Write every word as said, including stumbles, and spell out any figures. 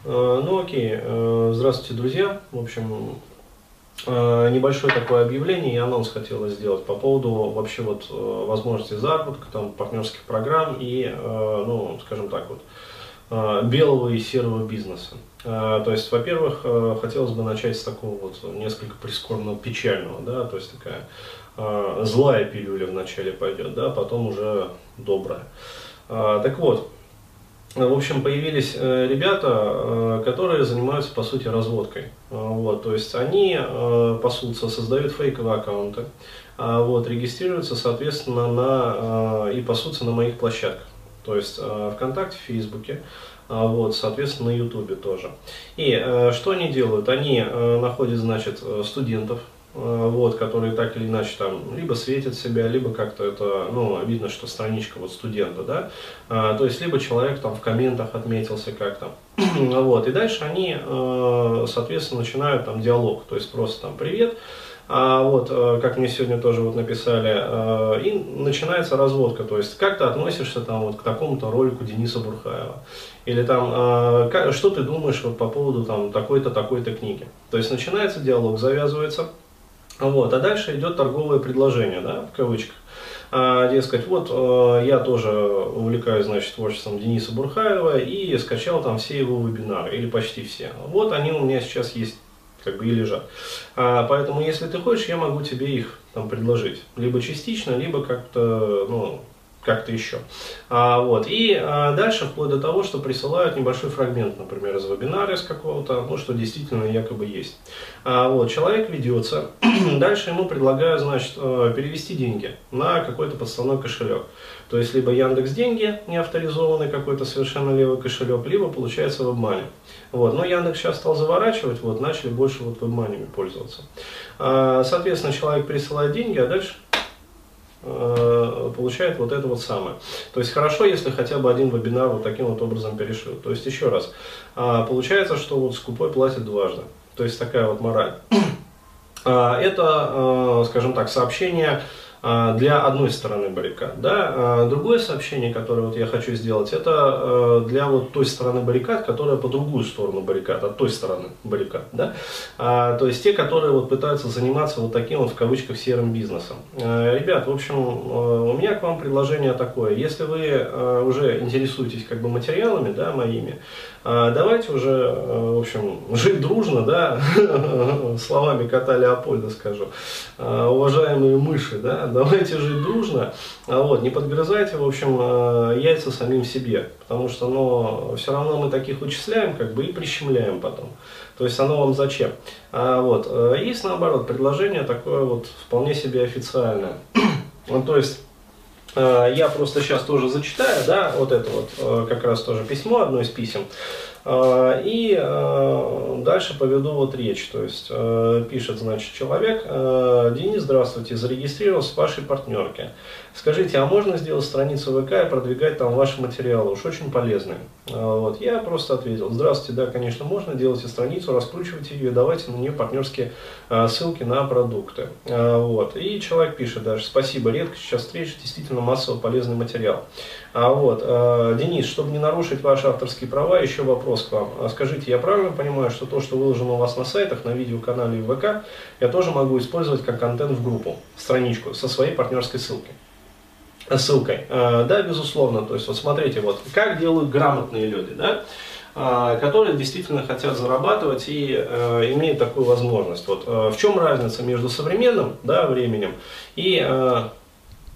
Э, Ну окей, Э, здравствуйте, друзья. В общем, э, небольшое такое объявление и анонс хотела сделать по поводу вообще вот э, возможности заработка, там, партнерских программ и, э, ну, скажем так вот, э, белого и серого бизнеса. Э, То есть, во-первых, э, хотелось бы начать с такого вот несколько прискорбного, печального, да, то есть такая э, злая пилюля вначале пойдет, да, потом уже добрая. Э, Так вот. В общем, появились э, ребята, э, которые занимаются, по сути, разводкой. Э, Вот, то есть они э, пасутся, создают фейковые аккаунты, а вот, регистрируются, соответственно, на, э, и пасутся на моих площадках. То есть э, ВКонтакте, Фейсбуке, а вот, соответственно, на Ютубе тоже. И э, что они делают? Они э, находят, значит, э, студентов, э, вот, которые так или иначе там либо светят себя, либо как-то это, ну, видно, что страничка вот студента, да, А, то есть либо человек там в комментах отметился как-то, вот, и дальше они, э, соответственно, начинают там диалог, то есть просто там привет. А вот, э, как мне сегодня тоже вот написали, э, и начинается разводка, то есть как ты относишься там вот к такому-то ролику Дениса Бурхаева, или там, э, как, что ты думаешь вот по поводу там такой-то, такой-то книги. То есть начинается диалог, завязывается, вот, а дальше идет торговое предложение, да, в кавычках. А, дескать, вот э, я тоже увлекаюсь, значит, творчеством Дениса Бурхаева и скачал там все его вебинары, или почти все. Вот они у меня сейчас есть, как бы и лежат. А, поэтому, если ты хочешь, я могу тебе их там предложить. Либо частично, либо как-то, ну, как-то еще. А, вот. И а, дальше, вплоть до того, что присылают небольшой фрагмент, например, из вебинара из какого-то, ну, что действительно якобы есть. А, вот. Человек ведется, дальше ему предлагаю, значит, перевести деньги на какой-то подставной кошелек. То есть, либо Яндекс деньги, не авторизованный какой-то совершенно левый кошелек, либо, получается, WebMoney. Вот. Но Яндекс сейчас стал заворачивать, вот, начали больше вот WebMoney пользоваться. А, соответственно, человек присылает деньги, а дальше получает вот это вот самое. То есть хорошо, если хотя бы один вебинар вот таким вот образом перешлют. То есть еще раз, получается, что вот скупой платит дважды. То есть такая вот мораль. Это, скажем так, сообщение для одной стороны баррикад. Да? Другое сообщение, которое вот я хочу сделать, это для вот той стороны баррикад, которая по другую сторону баррикад, от той стороны баррикад. Да? То есть те, которые вот пытаются заниматься вот таким вот в кавычках серым бизнесом. Ребят, в общем, у меня к вам предложение такое. Если вы уже интересуетесь как бы материалами, да, моими, давайте уже, в общем, жить дружно, да, словами кота Леопольда скажу, уважаемые мыши, да, давайте жить дружно, вот, не подгрызайте, в общем, яйца самим себе, потому что, ну, все равно мы таких вычисляем, как бы, и прищемляем потом. То есть оно вам зачем? А, вот, есть, наоборот, предложение такое вот вполне себе официальное. Ну, то есть я просто сейчас тоже зачитаю, да, вот это вот как раз тоже письмо, одно из писем. И дальше поведу вот речь, то есть пишет, значит, человек: Денис, здравствуйте, зарегистрировался в вашей партнерке. Скажите, а можно сделать страницу ВК и продвигать там ваши материалы? Уж очень полезные. Вот. Я просто ответил: здравствуйте, да, конечно, можно, делайте страницу, раскручивайте ее, давайте на нее партнерские ссылки на продукты. Вот. И человек пишет даже: спасибо, редко сейчас встреча, действительно массово полезный материал. А вот, Денис, чтобы не нарушить ваши авторские права, еще вопрос к вам. Скажите, я правильно понимаю, что то, что выложено у вас на сайтах, на видеоканале и в ВК, я тоже могу использовать как контент в группу, страничку со своей партнерской ссылкой? ссылкой. Да, безусловно. То есть, вот смотрите, вот как делают грамотные люди, да, которые действительно хотят зарабатывать и э, имеют такую возможность. Вот, э, в чем разница между современным, да, временем и э,